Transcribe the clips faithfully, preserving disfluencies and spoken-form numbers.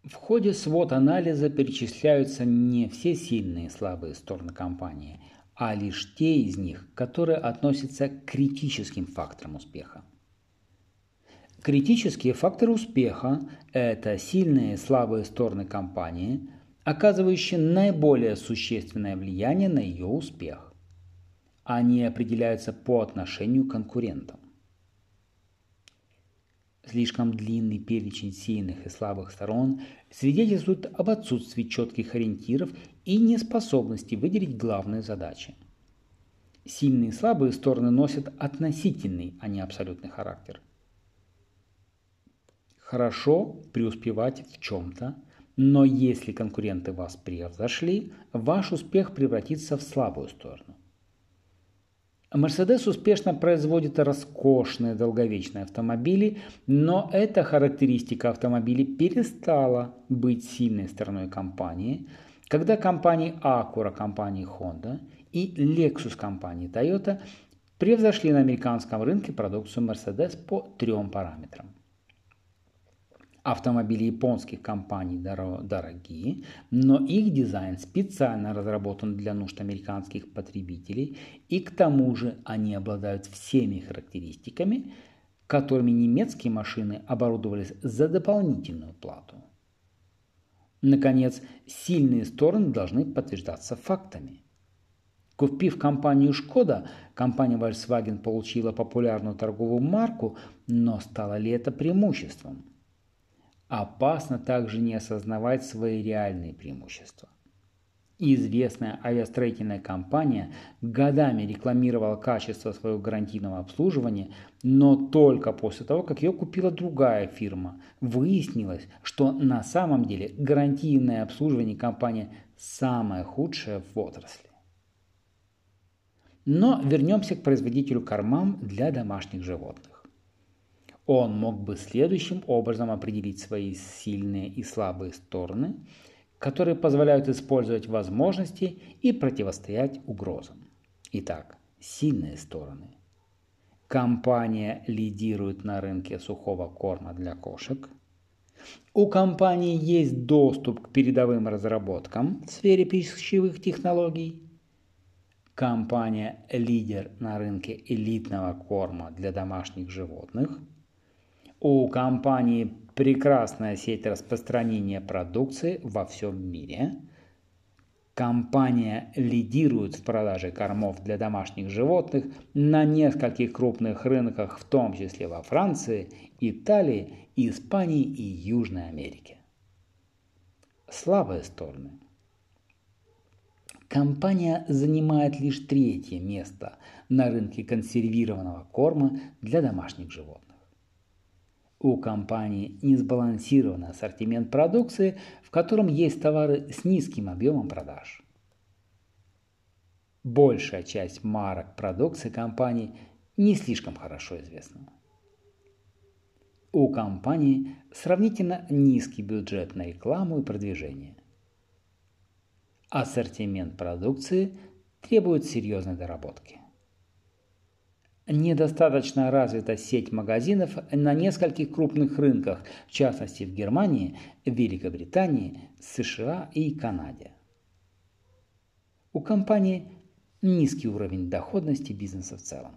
В ходе свод-анализа перечисляются не все сильные и слабые стороны компании, а лишь те из них, которые относятся к критическим факторам успеха. Критические факторы успеха – это сильные и слабые стороны компании, оказывающие наиболее существенное влияние на ее успех. Они определяются по отношению к конкурентам. Слишком длинный перечень сильных и слабых сторон свидетельствует об отсутствии четких ориентиров и неспособности выделить главные задачи. Сильные и слабые стороны носят относительный, а не абсолютный характер. Хорошо преуспевать в чем-то, но если конкуренты вас превзошли, ваш успех превратится в слабую сторону. Mercedes успешно производит роскошные долговечные автомобили, но эта характеристика автомобилей перестала быть сильной стороной компании, когда компании Acura компании Honda и Lexus компании Toyota превзошли на американском рынке продукцию Mercedes по трем параметрам. Автомобили японских компаний дорогие, но их дизайн специально разработан для нужд американских потребителей, и к тому же они обладают всеми характеристиками, которыми немецкие машины оборудовались за дополнительную плату. Наконец, сильные стороны должны подтверждаться фактами. Купив компанию Шкода, компания Volkswagen получила популярную торговую марку, но стало ли это преимуществом? Опасно также не осознавать свои реальные преимущества. Известная авиастроительная компания годами рекламировала качество своего гарантийного обслуживания, но только после того, как ее купила другая фирма, выяснилось, что на самом деле гарантийное обслуживание компании самое худшее в отрасли. Но вернемся к производителю кормам для домашних животных. Он мог бы следующим образом определить свои сильные и слабые стороны, которые позволяют использовать возможности и противостоять угрозам. Итак, сильные стороны. Компания лидирует на рынке сухого корма для кошек. У компании есть доступ к передовым разработкам в сфере пищевых технологий. Компания лидер на рынке элитного корма для домашних животных. У компании прекрасная сеть распространения продукции во всем мире. Компания лидирует в продаже кормов для домашних животных на нескольких крупных рынках, в том числе во Франции, Италии, Испании и Южной Америке. Слабые стороны. Компания занимает лишь третье место на рынке консервированного корма для домашних животных. У компании несбалансированный ассортимент продукции, в котором есть товары с низким объемом продаж. Большая часть марок продукции компании не слишком хорошо известна. У компании сравнительно низкий бюджет на рекламу и продвижение. Ассортимент продукции требует серьезной доработки. Недостаточно развита сеть магазинов на нескольких крупных рынках, в частности в Германии, Великобритании, США и Канаде. У компании низкий уровень доходности бизнеса в целом.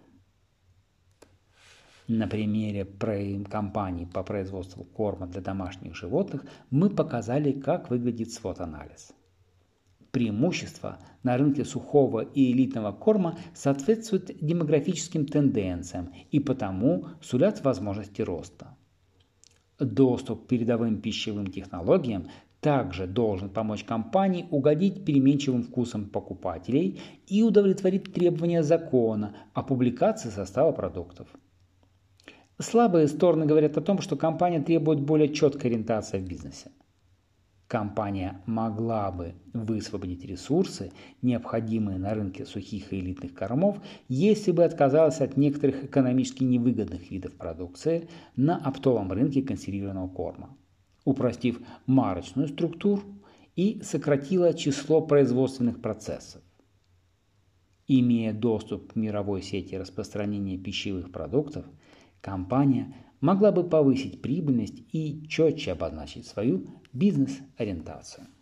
На примере компании по производству корма для домашних животных мы показали, как выглядит свод-анализ. Преимущества на рынке сухого и элитного корма соответствуют демографическим тенденциям и потому сулят возможности роста. Доступ к передовым пищевым технологиям также должен помочь компании угодить переменчивым вкусам покупателей и удовлетворить требования закона о публикации состава продуктов. Слабые стороны говорят о том, что компания требует более четкой ориентации в бизнесе. Компания могла бы высвободить ресурсы, необходимые на рынке сухих и элитных кормов, если бы отказалась от некоторых экономически невыгодных видов продукции на оптовом рынке консервированного корма, упростив марочную структуру и сократила число производственных процессов. Имея доступ к мировой сети распространения пищевых продуктов, компания могла бы повысить прибыльность и четче обозначить свою бизнес-ориентацию.